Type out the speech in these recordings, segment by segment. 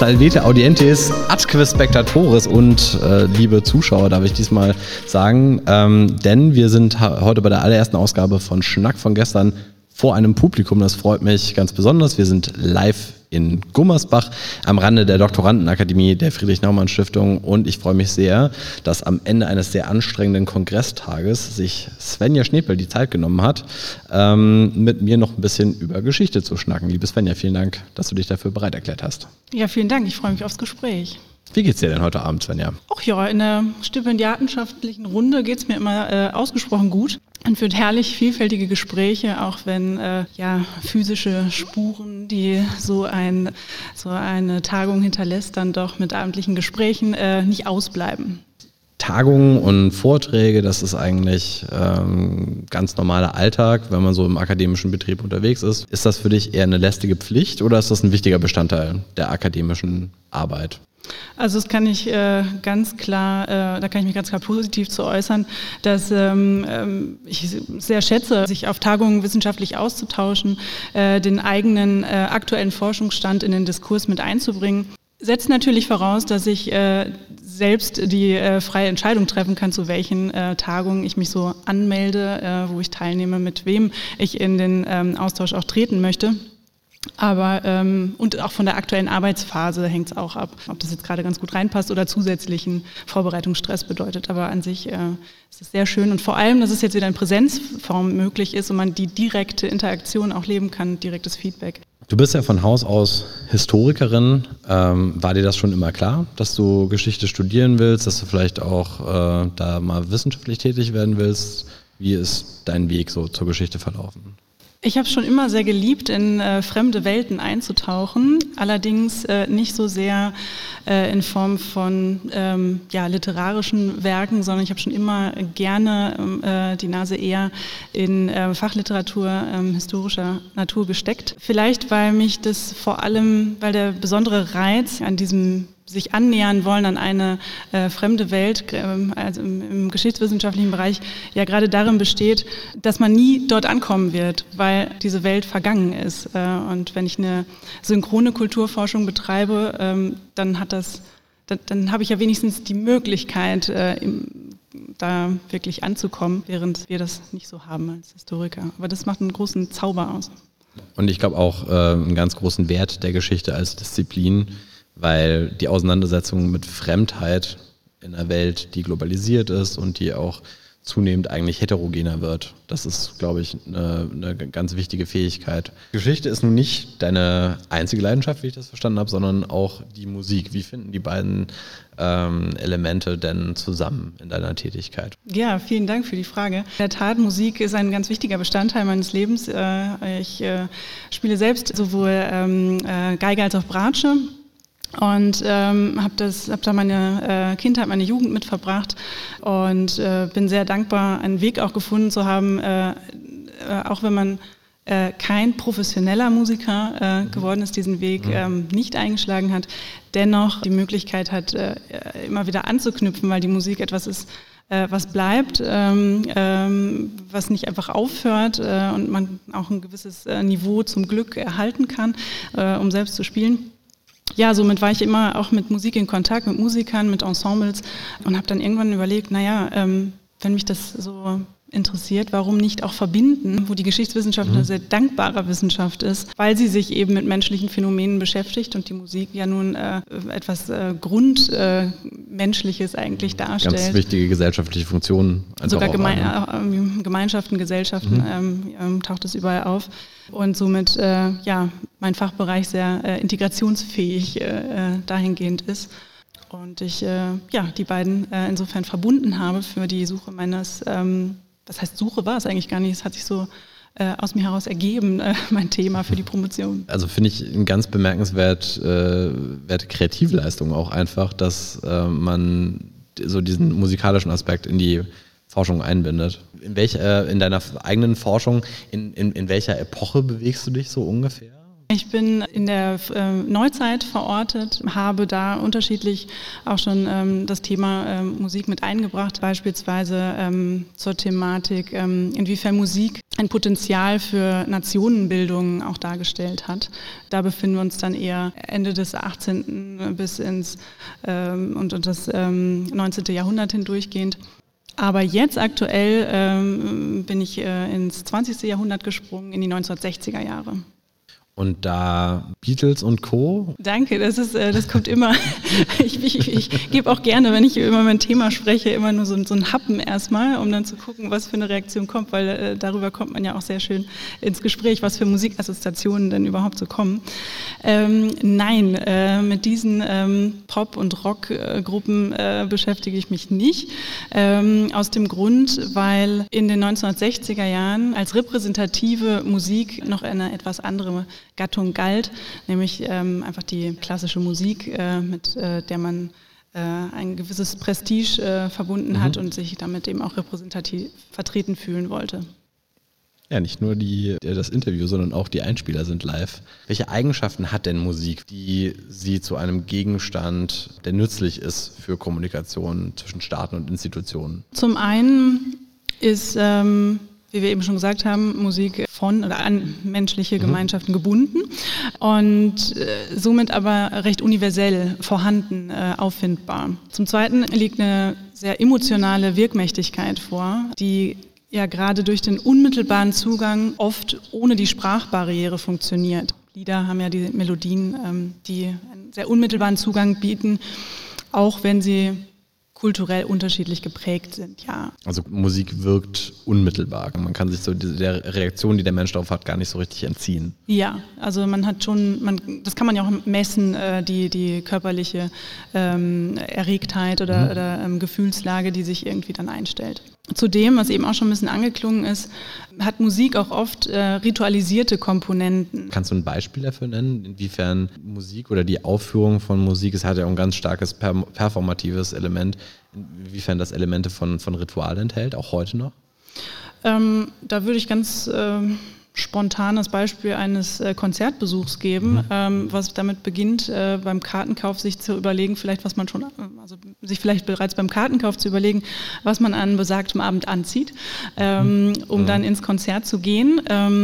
Salvete Audientes, Atque Spectatores und liebe Zuschauer, darf ich diesmal sagen, denn wir sind heute bei der allerersten Ausgabe von Schnack von gestern vor einem Publikum. Das freut mich ganz besonders. Wir sind live in Gummersbach am Rande der Doktorandenakademie der Friedrich-Naumann-Stiftung und ich freue mich sehr, dass am Ende eines sehr anstrengenden Kongresstages sich Svenja Schnepel die Zeit genommen hat, mit mir noch ein bisschen über Geschichte zu schnacken. Liebe Svenja, vielen Dank, dass du dich dafür bereit erklärt hast. Ja, vielen Dank. Ich freue mich aufs Gespräch. Wie geht's dir denn heute Abend, Svenja? Ach ja, in der stipendiatenschaftlichen Runde geht's mir immer ausgesprochen gut. Man führt herrlich vielfältige Gespräche, auch wenn physische Spuren, die so eine Tagung hinterlässt, dann doch mit abendlichen Gesprächen nicht ausbleiben. Tagungen und Vorträge, das ist eigentlich ganz normaler Alltag, wenn man so im akademischen Betrieb unterwegs ist. Ist das für dich eher eine lästige Pflicht oder ist das ein wichtiger Bestandteil der akademischen Arbeit? Also das kann ich ganz klar, da kann ich mich ganz klar positiv zu äußern, dass ich sehr schätze, sich auf Tagungen wissenschaftlich auszutauschen, den eigenen aktuellen Forschungsstand in den Diskurs mit einzubringen. Setzt natürlich voraus, dass ich selbst die freie Entscheidung treffen kann, zu welchen Tagungen ich mich so anmelde, wo ich teilnehme, mit wem ich in den Austausch auch treten möchte. Aber und auch von der aktuellen Arbeitsphase hängt es auch ab, ob das jetzt gerade ganz gut reinpasst oder zusätzlichen Vorbereitungsstress bedeutet. Aber an sich ist es sehr schön und vor allem, dass es jetzt wieder in Präsenzform möglich ist und man die direkte Interaktion auch leben kann, direktes Feedback. Du bist ja von Haus aus Historikerin. War dir das schon immer klar, dass du Geschichte studieren willst, dass du vielleicht auch da mal wissenschaftlich tätig werden willst? Wie ist dein Weg so zur Geschichte verlaufen? Ich habe es schon immer sehr geliebt, in fremde Welten einzutauchen, allerdings nicht so sehr in Form von literarischen Werken, sondern ich habe schon immer gerne die Nase eher in Fachliteratur historischer Natur gesteckt. Vielleicht, weil mich das vor allem, weil der besondere Reiz an diesem sich annähern wollen an eine fremde Welt, also im geschichtswissenschaftlichen Bereich, ja gerade darin besteht, dass man nie dort ankommen wird, weil diese Welt vergangen ist. Und wenn ich eine synchrone Kulturforschung betreibe, dann habe ich ja wenigstens die Möglichkeit, da wirklich anzukommen, während wir das nicht so haben als Historiker. Aber das macht einen großen Zauber aus. Und ich glaube auch einen ganz großen Wert der Geschichte als Disziplin, weil die Auseinandersetzung mit Fremdheit in einer Welt, die globalisiert ist und die auch zunehmend eigentlich heterogener wird. Das ist, glaube ich, eine ganz wichtige Fähigkeit. Geschichte ist nun nicht deine einzige Leidenschaft, wie ich das verstanden habe, sondern auch die Musik. Wie finden die beiden Elemente denn zusammen in deiner Tätigkeit? Ja, vielen Dank für die Frage. In der Tat, Musik ist ein ganz wichtiger Bestandteil meines Lebens. Ich spiele selbst sowohl Geige als auch Bratsche. Und habe da meine Kindheit, meine Jugend mit verbracht und bin sehr dankbar, einen Weg auch gefunden zu haben, auch wenn man kein professioneller Musiker geworden ist, diesen Weg nicht eingeschlagen hat, dennoch die Möglichkeit hat, immer wieder anzuknüpfen, weil die Musik etwas ist, was bleibt, was nicht einfach aufhört und man auch ein gewisses Niveau zum Glück erhalten kann, um selbst zu spielen. Ja, somit war ich immer auch mit Musik in Kontakt, mit Musikern, mit Ensembles und habe dann irgendwann überlegt, wenn mich das so interessiert, warum nicht auch verbinden, wo die Geschichtswissenschaft eine sehr dankbare Wissenschaft ist, weil sie sich eben mit menschlichen Phänomenen beschäftigt und die Musik ja nun etwas Grundmenschliches eigentlich darstellt. Ganz wichtige gesellschaftliche Funktionen. Sogar Gemeinschaften, Gesellschaften taucht es überall auf. Und somit, mein Fachbereich sehr integrationsfähig dahingehend ist. Und ich, die beiden insofern verbunden habe für die Suche meines, was heißt Suche war es eigentlich gar nicht, es hat sich so aus mir heraus ergeben, mein Thema für die Promotion. Also finde ich eine ganz bemerkenswerte Kreativleistung auch einfach, dass man so diesen musikalischen Aspekt in die Forschung einbindet. In deiner eigenen Forschung, in welcher Epoche bewegst du dich so ungefähr? Ich bin in der Neuzeit verortet, habe da unterschiedlich auch schon das Thema Musik mit eingebracht, beispielsweise zur Thematik, inwiefern Musik ein Potenzial für Nationenbildung auch dargestellt hat. Da befinden wir uns dann eher Ende des 18. bis ins und das 19. Jahrhundert hindurchgehend. Aber jetzt aktuell bin ich ins 20. Jahrhundert gesprungen, in die 1960er Jahre. Und da Beatles und Co.? Danke, das kommt immer. Ich gebe auch gerne, wenn ich über mein Thema spreche, immer nur so einen Happen erstmal, um dann zu gucken, was für eine Reaktion kommt, weil darüber kommt man ja auch sehr schön ins Gespräch, was für Musikassoziationen denn überhaupt so kommen. Nein, mit diesen Pop- und Rockgruppen beschäftige ich mich nicht. Aus dem Grund, weil in den 1960er Jahren als repräsentative Musik noch eine etwas andere Gattung galt, nämlich einfach die klassische Musik, mit der man ein gewisses Prestige verbunden hat und sich damit eben auch repräsentativ vertreten fühlen wollte. Ja, nicht nur das Interview, sondern auch die Einspieler sind live. Welche Eigenschaften hat denn Musik, die sie zu einem Gegenstand, der nützlich ist für Kommunikation zwischen Staaten und Institutionen? Zum einen ist, wie wir eben schon gesagt haben, Musik von oder an menschliche Gemeinschaften gebunden und somit aber recht universell vorhanden, auffindbar. Zum Zweiten liegt eine sehr emotionale Wirkmächtigkeit vor, die ja gerade durch den unmittelbaren Zugang oft ohne die Sprachbarriere funktioniert. Lieder haben ja die Melodien, die einen sehr unmittelbaren Zugang bieten, auch wenn sie kulturell unterschiedlich geprägt sind, ja. Also Musik wirkt unmittelbar. Man kann sich so der Reaktion, die der Mensch darauf hat, gar nicht so richtig entziehen. Ja, also man hat schon, das kann man ja auch messen, die körperliche Erregtheit oder Gefühlslage, die sich irgendwie dann einstellt. Zudem, was eben auch schon ein bisschen angeklungen ist, hat Musik auch oft ritualisierte Komponenten. Kannst du ein Beispiel dafür nennen, inwiefern Musik oder die Aufführung von Musik, es hat ja auch ein ganz starkes performatives Element, inwiefern das Elemente von Ritual enthält, auch heute noch? Da würde ich ganz spontan das Beispiel eines Konzertbesuchs geben, was damit beginnt, beim Kartenkauf sich zu überlegen, sich vielleicht bereits beim Kartenkauf zu überlegen, was man an besagtem Abend anzieht, um dann ins Konzert zu gehen.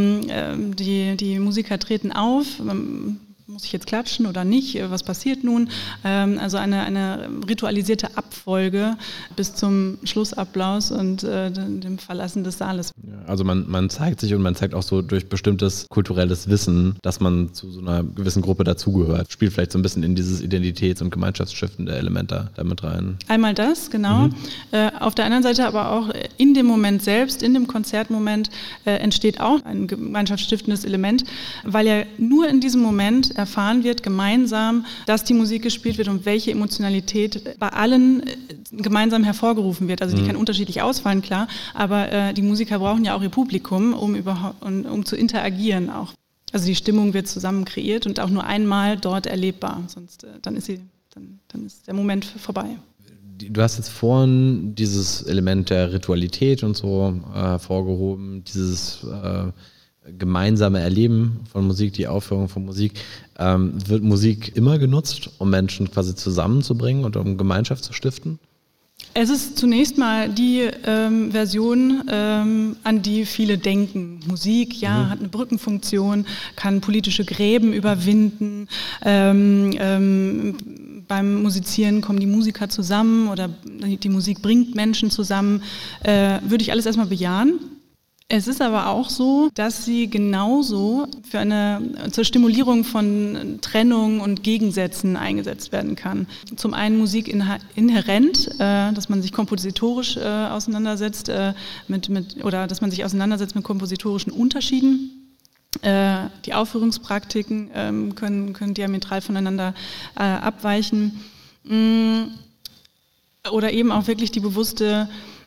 Die Musiker treten auf. Muss ich jetzt klatschen oder nicht? Was passiert nun? Also eine ritualisierte Abfolge bis zum Schlussapplaus und dem Verlassen des Saales. Ja, also man zeigt sich und man zeigt auch so durch bestimmtes kulturelles Wissen, dass man zu so einer gewissen Gruppe dazugehört. Spielt vielleicht so ein bisschen in dieses Identitäts- und gemeinschaftsstiftende Element da mit rein. Einmal das, genau. Auf der anderen Seite aber auch in dem Moment selbst, in dem Konzertmoment entsteht auch ein gemeinschaftsstiftendes Element, weil ja nur in diesem Moment erfahren wird, gemeinsam, dass die Musik gespielt wird und welche Emotionalität bei allen gemeinsam hervorgerufen wird. Also die kann unterschiedlich ausfallen, klar, aber die Musiker brauchen ja auch ihr Publikum, um zu interagieren auch. Also die Stimmung wird zusammen kreiert und auch nur einmal dort erlebbar, sonst dann ist der Moment vorbei. Du hast jetzt vorhin dieses Element der Ritualität und so hervorgehoben, dieses gemeinsame Erleben von Musik, die Aufführung von Musik. Wird Musik immer genutzt, um Menschen quasi zusammenzubringen und um Gemeinschaft zu stiften? Es ist zunächst mal die Version, an die viele denken. Musik, ja, hat eine Brückenfunktion, kann politische Gräben überwinden. Beim Musizieren kommen die Musiker zusammen oder die Musik bringt Menschen zusammen. Würde ich alles erstmal bejahen. Es ist aber auch so, dass sie genauso zur Stimulierung von Trennung und Gegensätzen eingesetzt werden kann. Zum einen Musik inhärent, dass man sich kompositorisch auseinandersetzt oder dass man sich auseinandersetzt mit kompositorischen Unterschieden. Die Aufführungspraktiken können diametral voneinander abweichen. Oder eben auch wirklich die bewusste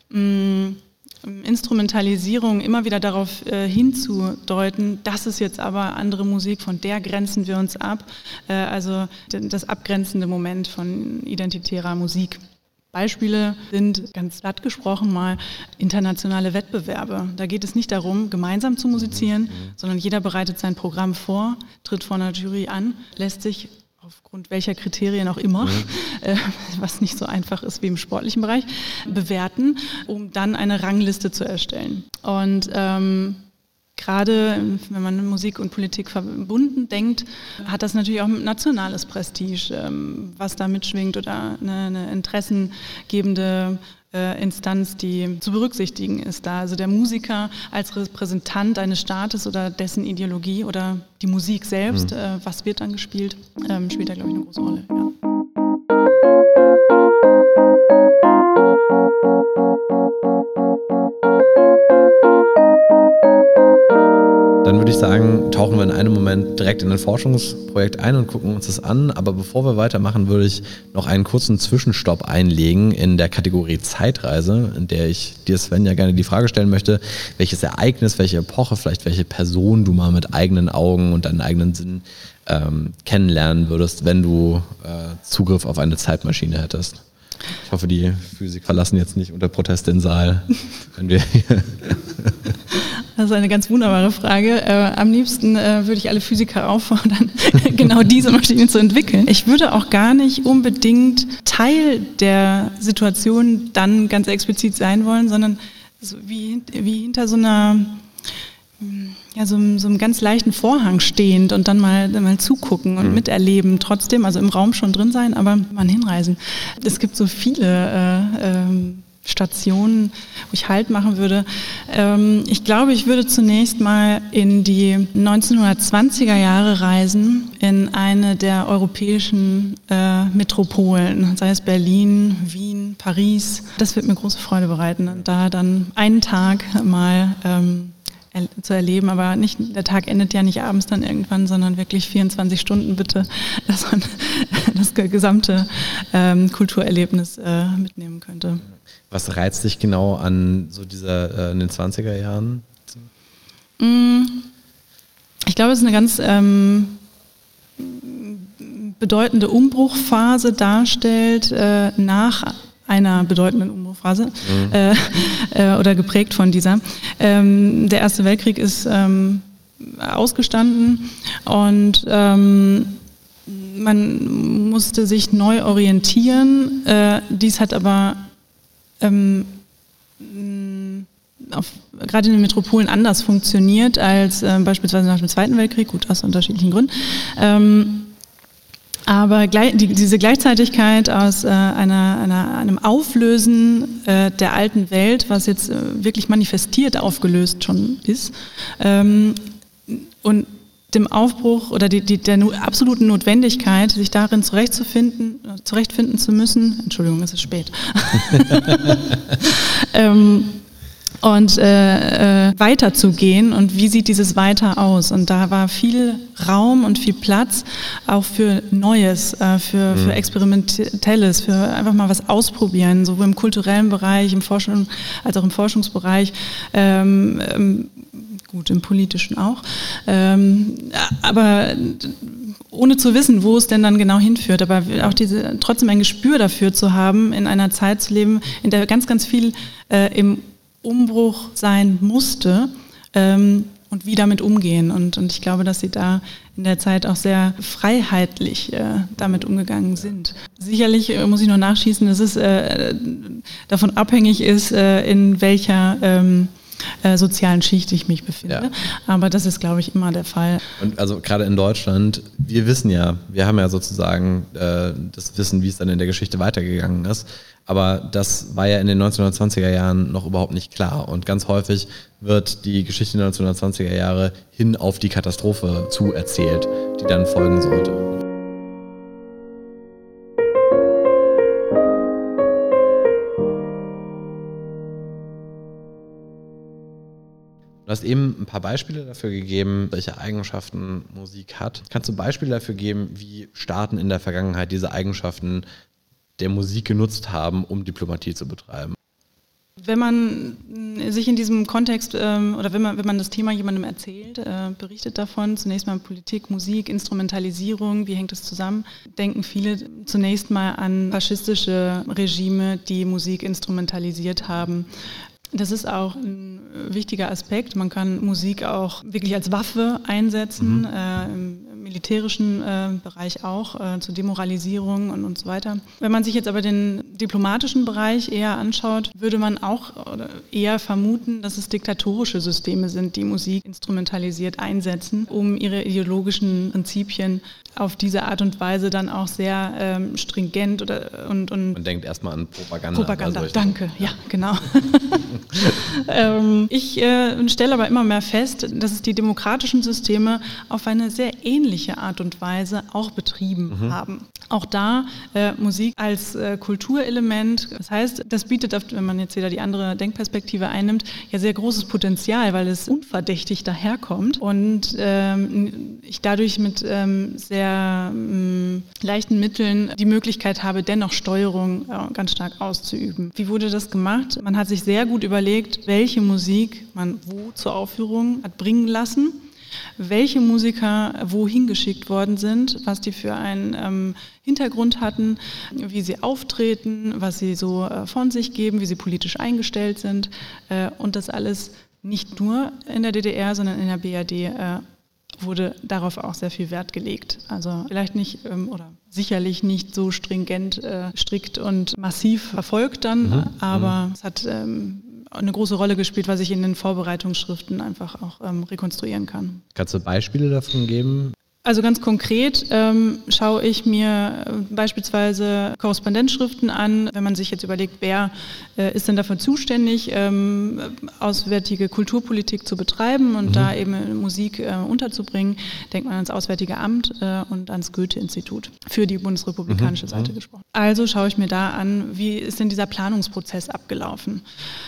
Instrumentalisierung immer wieder darauf hinzudeuten, das ist jetzt aber andere Musik, von der grenzen wir uns ab. Also das abgrenzende Moment von identitärer Musik. Beispiele sind, ganz platt gesprochen mal, internationale Wettbewerbe. Da geht es nicht darum, gemeinsam zu musizieren, sondern jeder bereitet sein Programm vor, tritt vor einer Jury an, lässt sich aufgrund welcher Kriterien auch immer, was nicht so einfach ist wie im sportlichen Bereich, bewerten, um dann eine Rangliste zu erstellen. Und gerade wenn man Musik und Politik verbunden denkt, hat das natürlich auch ein nationales Prestige, was da mitschwingt oder eine interessengebende Instanz, die zu berücksichtigen ist da. Also der Musiker als Repräsentant eines Staates oder dessen Ideologie oder die Musik selbst, was wird dann gespielt, spielt da, glaube ich, eine große Rolle. Ja. Dann würde ich sagen, tauchen wir in einem Moment direkt in ein Forschungsprojekt ein und gucken uns das an. Aber bevor wir weitermachen, würde ich noch einen kurzen Zwischenstopp einlegen in der Kategorie Zeitreise, in der ich dir, Sven, ja gerne die Frage stellen möchte, welches Ereignis, welche Epoche, vielleicht welche Person du mal mit eigenen Augen und deinen eigenen Sinn kennenlernen würdest, wenn du Zugriff auf eine Zeitmaschine hättest. Ich hoffe, die Physiker verlassen jetzt nicht unter Protest den Saal, wenn wir hier... Das ist eine ganz wunderbare Frage. Am liebsten würde ich alle Physiker auffordern, genau diese Maschine zu entwickeln. Ich würde auch gar nicht unbedingt Teil der Situation dann ganz explizit sein wollen, sondern so wie hinter so einer, ja, so einem ganz leichten Vorhang stehend und dann mal zugucken und miterleben trotzdem, also im Raum schon drin sein, aber mal hinreisen. Es gibt so viele Stationen, wo ich Halt machen würde. Ich glaube, ich würde zunächst mal in die 1920er Jahre reisen, in eine der europäischen Metropolen, sei es Berlin, Wien, Paris. Das wird mir große Freude bereiten, und da dann einen Tag mal zu erleben, aber nicht, der Tag endet ja nicht abends dann irgendwann, sondern wirklich 24 Stunden bitte, dass man das gesamte Kulturerlebnis mitnehmen könnte. Was reizt dich genau an so dieser in den 20er Jahren? Ich glaube, es ist eine ganz bedeutende Umbruchphase darstellt nach einer bedeutenden Umbruchphase oder geprägt von dieser. Der Erste Weltkrieg ist ausgestanden und man musste sich neu orientieren. Dies hat aber gerade in den Metropolen anders funktioniert als beispielsweise nach dem Zweiten Weltkrieg, gut, aus unterschiedlichen Gründen. Aber diese Gleichzeitigkeit aus einem Auflösen der alten Welt, was jetzt wirklich manifestiert aufgelöst schon ist, und dem Aufbruch oder der absoluten Notwendigkeit, sich darin zurechtfinden zu müssen. Entschuldigung, es ist spät. Und weiterzugehen, und wie sieht dieses Weiter aus? Und da war viel Raum und viel Platz auch für Neues, für Experimentelles, für einfach mal was ausprobieren, sowohl im kulturellen Bereich, im Forschung als auch im Forschungsbereich, gut, im politischen auch, aber ohne zu wissen, wo es denn dann genau hinführt, aber auch trotzdem ein Gespür dafür zu haben, in einer Zeit zu leben, in der ganz, ganz viel im Umbruch sein musste und wie damit umgehen. Und ich glaube, dass sie da in der Zeit auch sehr freiheitlich damit umgegangen sind. Sicherlich muss ich noch nachschießen, dass es davon abhängig ist, in welcher sozialen Schicht ich mich befinde. Ja. Aber das ist, glaube ich, immer der Fall. Und also gerade in Deutschland, wir haben ja sozusagen das Wissen, wie es dann in der Geschichte weitergegangen ist. Aber das war ja in den 1920er Jahren noch überhaupt nicht klar. Und ganz häufig wird die Geschichte der 1920er Jahre hin auf die Katastrophe zu erzählt, die dann folgen sollte. Du hast eben ein paar Beispiele dafür gegeben, welche Eigenschaften Musik hat. Kannst du Beispiele dafür geben, wie Staaten in der Vergangenheit diese Eigenschaften der Musik genutzt haben, um Diplomatie zu betreiben? Wenn man sich in diesem Kontext oder wenn man das Thema jemandem erzählt, berichtet davon, zunächst mal Politik, Musik, Instrumentalisierung, wie hängt das zusammen, denken viele zunächst mal an faschistische Regime, die Musik instrumentalisiert haben. Das ist auch ein wichtiger Aspekt. Man kann Musik auch wirklich als Waffe einsetzen, im militärischen Bereich auch, zur Demoralisierung und so weiter. Wenn man sich jetzt aber den diplomatischen Bereich eher anschaut, würde man auch eher vermuten, dass es diktatorische Systeme sind, die Musik instrumentalisiert einsetzen, um ihre ideologischen Prinzipien auf diese Art und Weise dann auch sehr stringent und Man denkt erstmal an Propaganda. Propaganda, danke, ja, genau. Ich stelle aber immer mehr fest, dass es die demokratischen Systeme auf eine sehr ähnliche Art und Weise auch betrieben haben. Auch da Musik als Kulturelement, das heißt, das bietet, wenn man jetzt wieder die andere Denkperspektive einnimmt, ja sehr großes Potenzial, weil es unverdächtig daherkommt und ich dadurch mit sehr leichten Mitteln die Möglichkeit habe, dennoch Steuerung ganz stark auszuüben. Wie wurde das gemacht? Man hat sich sehr gut überlegt, welche Musik man wo zur Aufführung hat bringen lassen, welche Musiker wohin geschickt worden sind, was die für einen Hintergrund hatten, wie sie auftreten, was sie so von sich geben, wie sie politisch eingestellt sind und das alles nicht nur in der DDR, sondern in der BRD wurde darauf auch sehr viel Wert gelegt. Also vielleicht nicht oder sicherlich nicht so stringent, strikt und massiv verfolgt dann, aber es hat eine große Rolle gespielt, was ich in den Vorbereitungsschriften einfach auch rekonstruieren kann. Kannst du Beispiele davon geben? Also ganz konkret schaue ich mir beispielsweise Korrespondenzschriften an, wenn man sich jetzt überlegt, wer ist denn dafür zuständig, auswärtige Kulturpolitik zu betreiben und da eben Musik unterzubringen, denkt man ans Auswärtige Amt und ans Goethe-Institut, für die bundesrepublikanische Seite gesprochen. Also schaue ich mir da an, wie ist denn dieser Planungsprozess abgelaufen?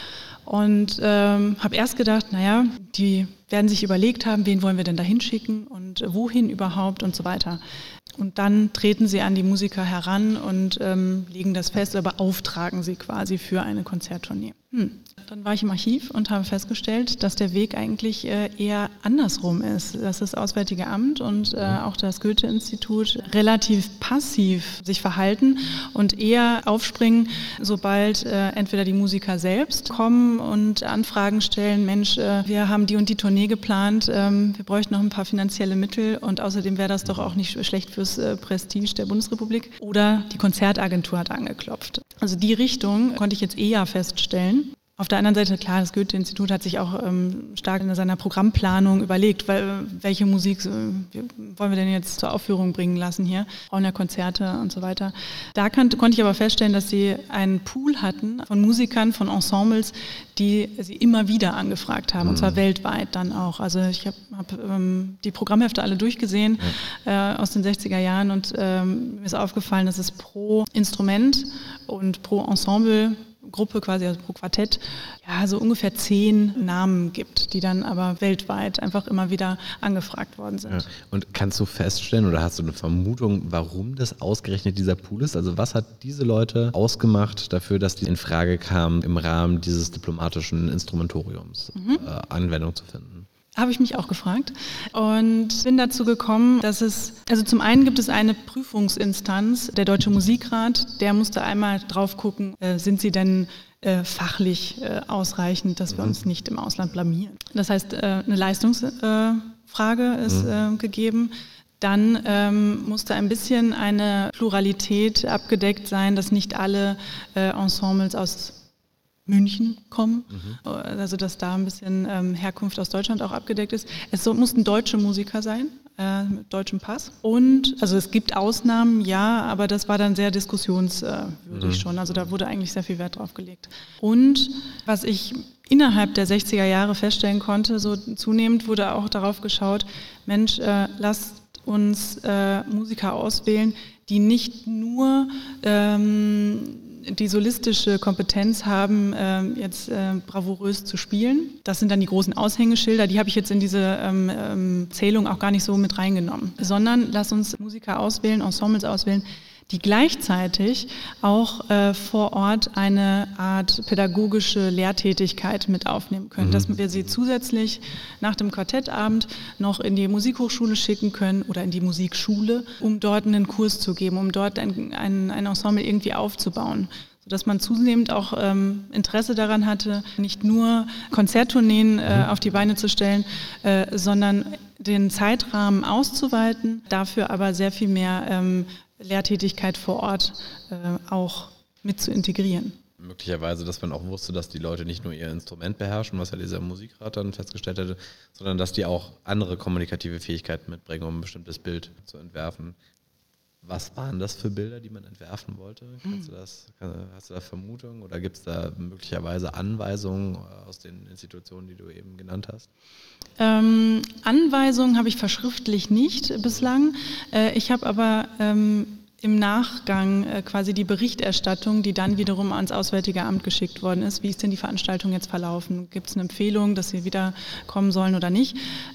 Und habe erst gedacht, naja, die werden sich überlegt haben, wen wollen wir denn da hinschicken und wohin überhaupt und so weiter. Und dann treten sie an die Musiker heran und legen das fest oder beauftragen sie quasi für eine Konzerttournee. Dann war ich im Archiv und habe festgestellt, dass der Weg eigentlich eher andersrum ist. Dass das Auswärtige Amt und auch das Goethe-Institut relativ passiv sich verhalten und eher aufspringen, sobald entweder die Musiker selbst kommen und Anfragen stellen, Mensch, wir haben die und die Tournee geplant, wir bräuchten noch ein paar finanzielle Mittel und außerdem wäre das doch auch nicht schlecht fürs Prestige der Bundesrepublik. Oder die Konzertagentur hat angeklopft. Also die Richtung konnte ich jetzt eher feststellen. Auf der anderen Seite, klar, das Goethe-Institut hat sich auch stark in seiner Programmplanung überlegt, welche Musik wollen wir denn jetzt zur Aufführung bringen lassen hier, brauchen ja Konzerte und so weiter. Da konnte ich aber feststellen, dass sie einen Pool hatten von Musikern, von Ensembles, die sie immer wieder angefragt haben, und zwar weltweit dann auch. Also ich hab die Programmhefte alle durchgesehen aus den 60er Jahren und mir ist aufgefallen, dass es pro Instrument und pro Ensemble Gruppe quasi, also pro Quartett, ja, so ungefähr 10 Namen gibt, die dann aber weltweit einfach immer wieder angefragt worden sind. Ja. Und kannst du feststellen oder hast du eine Vermutung, warum das ausgerechnet dieser Pool ist? Also was hat diese Leute ausgemacht dafür, dass die in Frage kamen, im Rahmen dieses diplomatischen Instrumentoriums Anwendung zu finden? Habe ich mich auch gefragt und bin dazu gekommen, dass also zum einen gibt es eine Prüfungsinstanz, der Deutsche Musikrat, der musste einmal drauf gucken, sind sie denn fachlich ausreichend, dass wir uns nicht im Ausland blamieren. Das heißt, eine Leistungsfrage ist gegeben. Dann musste ein bisschen eine Pluralität abgedeckt sein, dass nicht alle Ensembles aus München kommen, also dass da ein bisschen Herkunft aus Deutschland auch abgedeckt ist. Es mussten deutsche Musiker sein, mit deutschem Pass. Und, also es gibt Ausnahmen, ja, aber das war dann sehr diskussionswürdig schon. Also da wurde eigentlich sehr viel Wert drauf gelegt. Und was ich innerhalb der 60er Jahre feststellen konnte, so zunehmend wurde auch darauf geschaut, Mensch, lasst uns Musiker auswählen, die nicht nur die solistische Kompetenz haben, jetzt bravourös zu spielen. Das sind dann die großen Aushängeschilder, die habe ich jetzt in diese Zählung auch gar nicht so mit reingenommen. Sondern lass uns Musiker auswählen, Ensembles auswählen, die gleichzeitig auch vor Ort eine Art pädagogische Lehrtätigkeit mit aufnehmen können, dass wir sie zusätzlich nach dem Quartettabend noch in die Musikhochschule schicken können oder in die Musikschule, um dort einen Kurs zu geben, um dort ein Ensemble irgendwie aufzubauen. Sodass man zunehmend auch Interesse daran hatte, nicht nur Konzerttourneen auf die Beine zu stellen, sondern den Zeitrahmen auszuweiten, dafür aber sehr viel mehr Lehrtätigkeit vor Ort auch mit zu integrieren. Möglicherweise, dass man auch wusste, dass die Leute nicht nur ihr Instrument beherrschen, was ja dieser Musikrat dann festgestellt hätte, sondern dass die auch andere kommunikative Fähigkeiten mitbringen, um ein bestimmtes Bild zu entwerfen. Was waren das für Bilder, die man entwerfen wollte? Hast du da Vermutungen oder gibt es da möglicherweise Anweisungen aus den Institutionen, die du eben genannt hast? Anweisungen habe ich verschriftlich nicht bislang. Ich habe aber im Nachgang quasi die Berichterstattung, die dann wiederum ans Auswärtige Amt geschickt worden ist. Wie ist denn die Veranstaltung jetzt verlaufen? Gibt es eine Empfehlung, dass sie wieder kommen sollen oder nicht?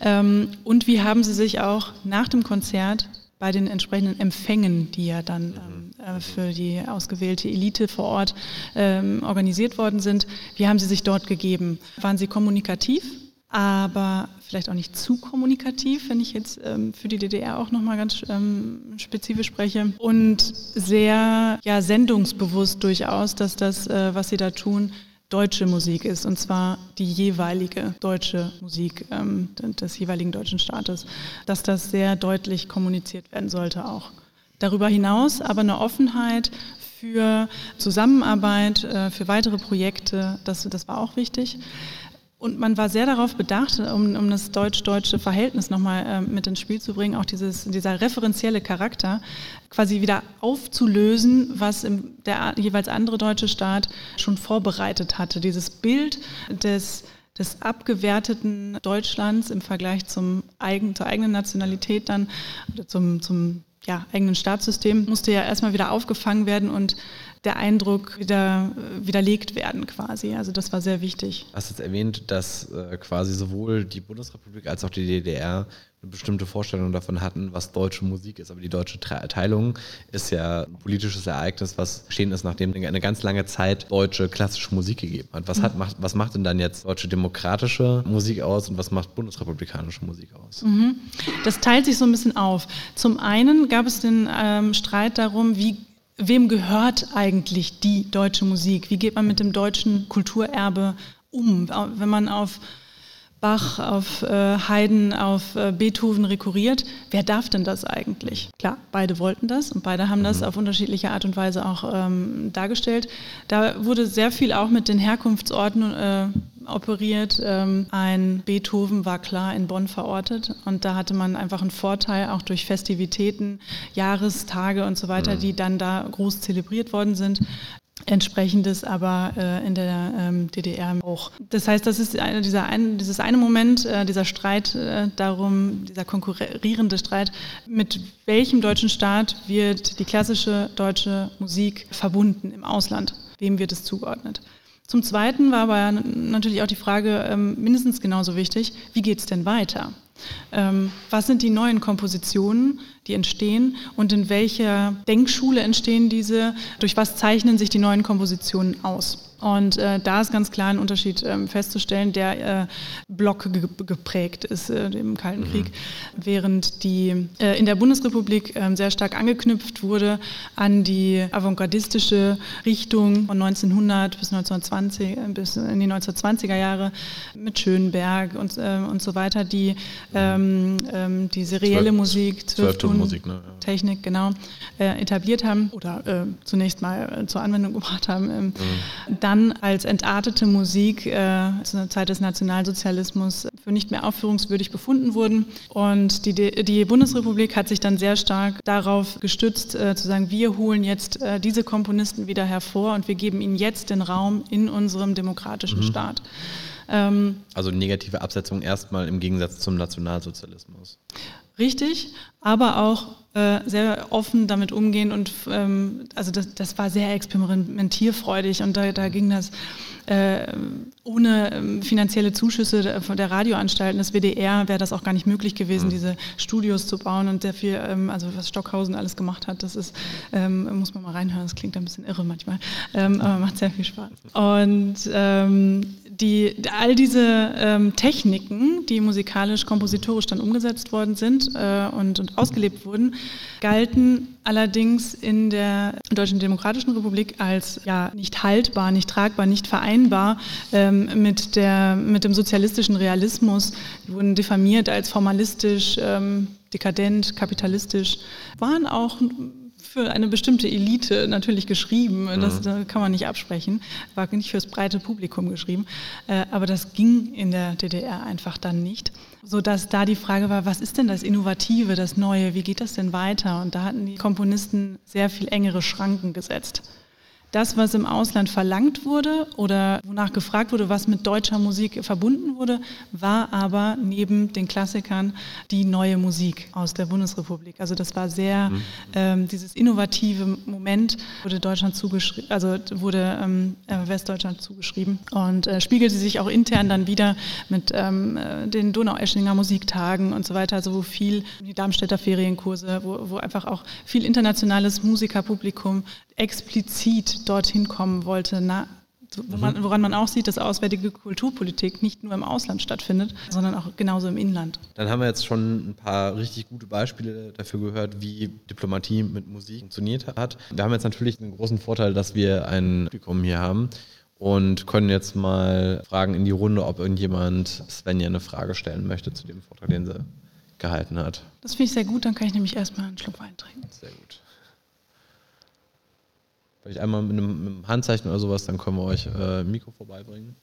Und wie haben sie sich auch nach dem Konzert bei den entsprechenden Empfängen, die ja dann für die ausgewählte Elite vor Ort organisiert worden sind, wie haben sie sich dort gegeben? Waren sie kommunikativ, aber vielleicht auch nicht zu kommunikativ, wenn ich jetzt für die DDR auch nochmal ganz spezifisch spreche, und sehr sendungsbewusst durchaus, dass das, was sie da tun, deutsche Musik ist, und zwar die jeweilige deutsche Musik des jeweiligen deutschen Staates, dass das sehr deutlich kommuniziert werden sollte auch. Darüber hinaus aber eine Offenheit für Zusammenarbeit, für weitere Projekte, das war auch wichtig. Und man war sehr darauf bedacht, um das deutsch-deutsche Verhältnis nochmal mit ins Spiel zu bringen, auch dieser referenzielle Charakter quasi wieder aufzulösen, was der jeweils andere deutsche Staat schon vorbereitet hatte. Dieses Bild des abgewerteten Deutschlands im Vergleich zur eigenen Nationalität dann, oder zum eigenen Staatssystem, musste ja erstmal wieder aufgefangen werden und der Eindruck widerlegt werden quasi. Also das war sehr wichtig. Du hast jetzt erwähnt, dass quasi sowohl die Bundesrepublik als auch die DDR eine bestimmte Vorstellung davon hatten, was deutsche Musik ist. Aber die deutsche Teilung ist ja ein politisches Ereignis, was geschehen ist, nachdem eine ganz lange Zeit deutsche klassische Musik gegeben hat. Was macht denn dann jetzt deutsche demokratische Musik aus und was macht bundesrepublikanische Musik aus? Das teilt sich so ein bisschen auf. Zum einen gab es den Streit darum, wem gehört eigentlich die deutsche Musik? Wie geht man mit dem deutschen Kulturerbe um? Wenn man auf Bach, auf Haydn, auf Beethoven rekurriert, wer darf denn das eigentlich? Klar, beide wollten das und beide haben das auf unterschiedliche Art und Weise auch dargestellt. Da wurde sehr viel auch mit den Herkunftsorten operiert. Ein Beethoven war klar in Bonn verortet und da hatte man einfach einen Vorteil, auch durch Festivitäten, Jahrestage und so weiter, die dann da groß zelebriert worden sind. Entsprechendes aber in der DDR auch. Das heißt, das ist dieses eine Moment, dieser Streit darum, dieser konkurrierende Streit, mit welchem deutschen Staat wird die klassische deutsche Musik verbunden im Ausland? Wem wird es zugeordnet? Zum Zweiten war aber natürlich auch die Frage mindestens genauso wichtig, wie geht es denn weiter? Was sind die neuen Kompositionen, die entstehen und in welcher Denkschule entstehen diese? Durch was zeichnen sich die neuen Kompositionen aus? Und da ist ganz klar ein Unterschied festzustellen, der blockgeprägt ist im Kalten Krieg, während die in der Bundesrepublik sehr stark angeknüpft wurde an die avantgardistische Richtung von 1900 bis 1920, bis in die 1920er Jahre mit Schönberg und so weiter, die die serielle Musik, Zwölftonmusik, ne? Technik, genau, etabliert haben oder zunächst mal zur Anwendung gebracht haben. Dann als entartete Musik zur Zeit des Nationalsozialismus für nicht mehr aufführungswürdig befunden wurden. Und die Bundesrepublik hat sich dann sehr stark darauf gestützt, zu sagen, wir holen jetzt diese Komponisten wieder hervor und wir geben ihnen jetzt den Raum in unserem demokratischen Staat. Also negative Absetzung erstmal im Gegensatz zum Nationalsozialismus. richtig, aber auch sehr offen damit umgehen und also das war sehr experimentierfreudig und da ging das ohne finanzielle Zuschüsse von der Radioanstalten des WDR wäre das auch gar nicht möglich gewesen, diese Studios zu bauen und sehr viel, also was Stockhausen alles gemacht hat, das ist, muss man mal reinhören, das klingt ein bisschen irre manchmal, aber macht sehr viel Spaß. Und all diese Techniken, die musikalisch, kompositorisch dann umgesetzt worden sind und ausgelebt wurden, galten allerdings in der Deutschen Demokratischen Republik als nicht haltbar, nicht tragbar, nicht vereinbar mit dem sozialistischen Realismus. Die wurden diffamiert als formalistisch, dekadent, kapitalistisch, waren auch für eine bestimmte Elite natürlich geschrieben, das kann man nicht absprechen, war nicht fürs breite Publikum geschrieben, aber das ging in der DDR einfach dann nicht, sodass da die Frage war, was ist denn das Innovative, das Neue, wie geht das denn weiter? Und da hatten die Komponisten sehr viel engere Schranken gesetzt. Das, was im Ausland verlangt wurde oder wonach gefragt wurde, was mit deutscher Musik verbunden wurde, war aber neben den Klassikern die neue Musik aus der Bundesrepublik. Also das war sehr, dieses innovative Moment wurde Deutschland zugeschrieben, also wurde Westdeutschland zugeschrieben und spiegelte sich auch intern dann wieder mit den Donaueschinger Musiktagen und so weiter, also wo viel die Darmstädter Ferienkurse, wo einfach auch viel internationales Musikerpublikum explizit dorthin kommen wollte, woran man auch sieht, dass auswärtige Kulturpolitik nicht nur im Ausland stattfindet, sondern auch genauso im Inland. Dann haben wir jetzt schon ein paar richtig gute Beispiele dafür gehört, wie Diplomatie mit Musik funktioniert hat. Wir haben jetzt natürlich den großen Vorteil, dass wir ein Publikum hier haben und können jetzt mal fragen in die Runde, ob irgendjemand Svenja eine Frage stellen möchte zu dem Vortrag, den sie gehalten hat. Das finde ich sehr gut, dann kann ich nämlich erstmal einen Schluck Wein trinken. Sehr gut. Vielleicht einmal mit einem Handzeichen oder sowas, dann können wir euch ein Mikro vorbeibringen.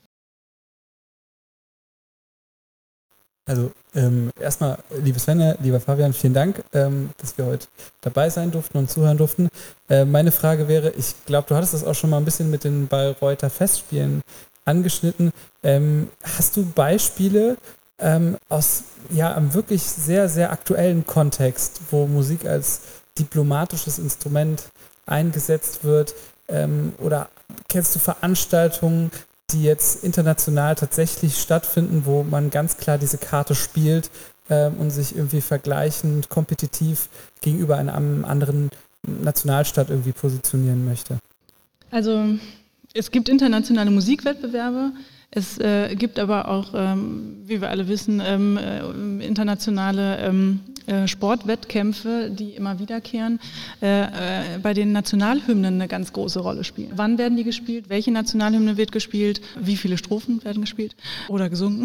Also erstmal, liebe Svenja, lieber Fabian, vielen Dank, dass wir heute dabei sein durften und zuhören durften. Meine Frage wäre, ich glaube, du hattest das auch schon mal ein bisschen mit den Bayreuther Festspielen angeschnitten. Hast du Beispiele aus einem wirklich sehr, sehr aktuellen Kontext, wo Musik als diplomatisches Instrument eingesetzt wird, oder kennst du Veranstaltungen, die jetzt international tatsächlich stattfinden, wo man ganz klar diese Karte spielt und sich irgendwie vergleichend, kompetitiv gegenüber einem anderen Nationalstaat irgendwie positionieren möchte? Also es gibt internationale Musikwettbewerbe. Es gibt aber auch, wie wir alle wissen, internationale Sportwettkämpfe, die immer wiederkehren, bei denen Nationalhymnen eine ganz große Rolle spielen. Wann werden die gespielt? Welche Nationalhymne wird gespielt? Wie viele Strophen werden gespielt oder gesungen?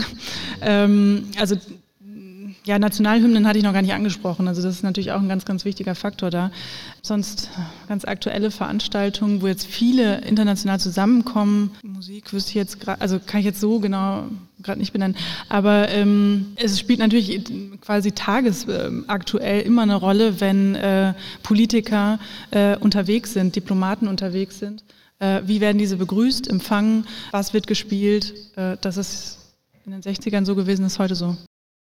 Nationalhymnen hatte ich noch gar nicht angesprochen. Also das ist natürlich auch ein ganz, ganz wichtiger Faktor da. Sonst ganz aktuelle Veranstaltungen, wo jetzt viele international zusammenkommen. Musik wüsste ich jetzt gerade, also kann ich jetzt so genau gerade nicht benennen. Aber es spielt natürlich quasi tagesaktuell immer eine Rolle, wenn Politiker unterwegs sind, Diplomaten unterwegs sind. Wie werden diese begrüßt, empfangen? Was wird gespielt? Das ist in den 60ern so gewesen, ist heute so.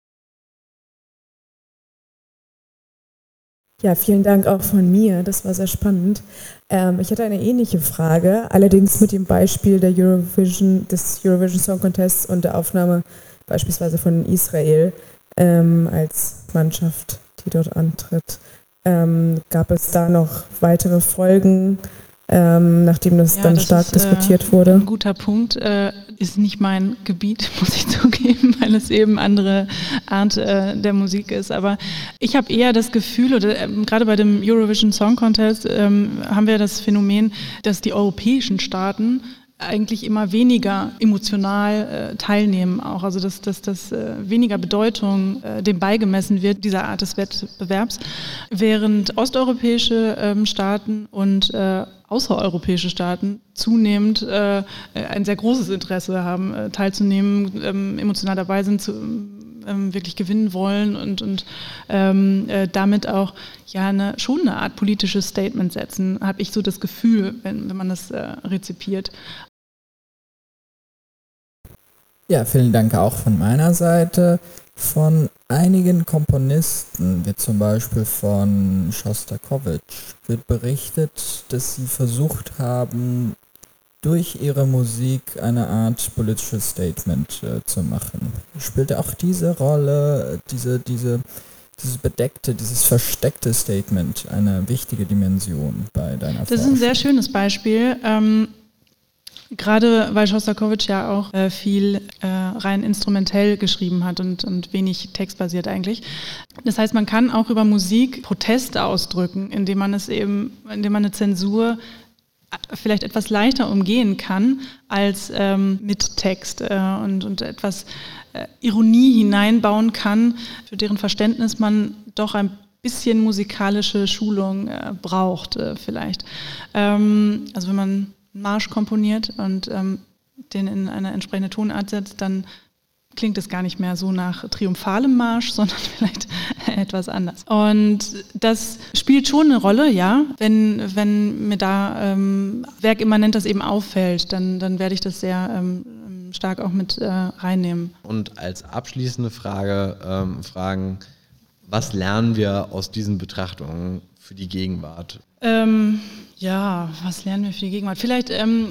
Ja, vielen Dank auch von mir, das war sehr spannend. Ich hatte eine ähnliche Frage, allerdings mit dem Beispiel des Eurovision Song Contests und der Aufnahme beispielsweise von Israel als Mannschaft, die dort antritt. Gab es da noch weitere Folgen, nachdem das dann stark diskutiert wurde? Ein guter Punkt. Ist nicht mein Gebiet, muss ich zugeben, weil es eben andere Art der Musik ist. Aber ich habe eher das Gefühl, oder gerade bei dem Eurovision Song Contest haben wir das Phänomen, dass die europäischen Staaten eigentlich immer weniger emotional teilnehmen auch. Also dass weniger Bedeutung dem beigemessen wird, dieser Art des Wettbewerbs, während osteuropäische Staaten und außereuropäische Staaten zunehmend ein sehr großes Interesse haben, teilzunehmen, emotional dabei sind, wirklich gewinnen wollen und damit auch schon eine Art politisches Statement setzen, habe ich so das Gefühl, wenn man das rezipiert. Ja, vielen Dank auch von meiner Seite. Von einigen Komponisten, wie zum Beispiel von Schostakowitsch, wird berichtet, dass sie versucht haben, durch ihre Musik eine Art politisches Statement zu machen. Spielt auch diese Rolle, dieses bedeckte, dieses versteckte Statement eine wichtige Dimension bei deiner Forschung? Das ist ein sehr schönes Beispiel. Gerade weil Schostakowitsch ja auch viel rein instrumentell geschrieben hat und wenig textbasiert eigentlich. Das heißt, man kann auch über Musik Proteste ausdrücken, indem man eine Zensur vielleicht etwas leichter umgehen kann als mit Text und etwas Ironie hineinbauen kann, für deren Verständnis man doch ein bisschen musikalische Schulung braucht vielleicht. Also wenn man einen Marsch komponiert und den in eine entsprechende Tonart setzt, dann klingt es gar nicht mehr so nach triumphalem Marsch, sondern vielleicht etwas anders. Und das spielt schon eine Rolle, ja. Wenn mir da werkimmanent das eben auffällt, dann werde ich das sehr stark auch mit reinnehmen. Und als abschließende Frage fragen, was lernen wir aus diesen Betrachtungen für die Gegenwart? Ja, was lernen wir für die Gegenwart? Vielleicht,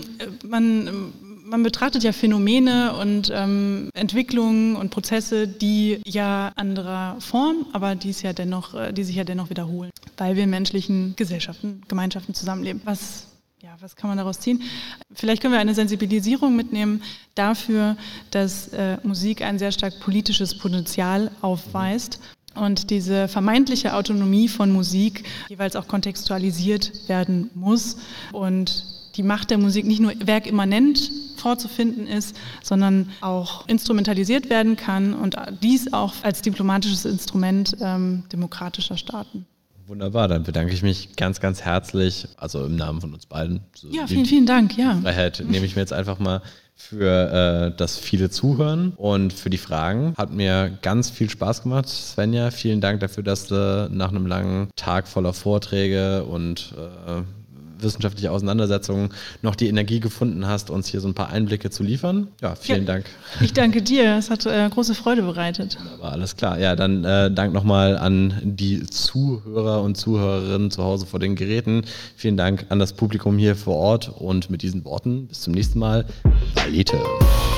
man betrachtet ja Phänomene und Entwicklungen und Prozesse, die ja anderer Form, aber die sich ja dennoch wiederholen, weil wir in menschlichen Gesellschaften, Gemeinschaften zusammenleben. Was kann man daraus ziehen? Vielleicht können wir eine Sensibilisierung mitnehmen dafür, dass Musik ein sehr stark politisches Potenzial aufweist. Und diese vermeintliche Autonomie von Musik jeweils auch kontextualisiert werden muss und die Macht der Musik nicht nur werkimmanent vorzufinden ist, sondern auch instrumentalisiert werden kann und dies auch als diplomatisches Instrument demokratischer Staaten. Wunderbar, dann bedanke ich mich ganz, ganz herzlich, also im Namen von uns beiden. Ja, vielen, vielen Dank. Ja. Freiheit nehme ich mir jetzt einfach mal für das viele Zuhören und für die Fragen. Hat mir ganz viel Spaß gemacht. Svenja, vielen Dank dafür, dass du nach einem langen Tag voller Vorträge und wissenschaftliche Auseinandersetzungen noch die Energie gefunden hast, uns hier so ein paar Einblicke zu liefern. Ja, vielen Dank. Ich danke dir, es hat große Freude bereitet. Aber alles klar. Ja, dann Dank nochmal an die Zuhörer und Zuhörerinnen zu Hause vor den Geräten. Vielen Dank an das Publikum hier vor Ort und mit diesen Worten bis zum nächsten Mal. Valete.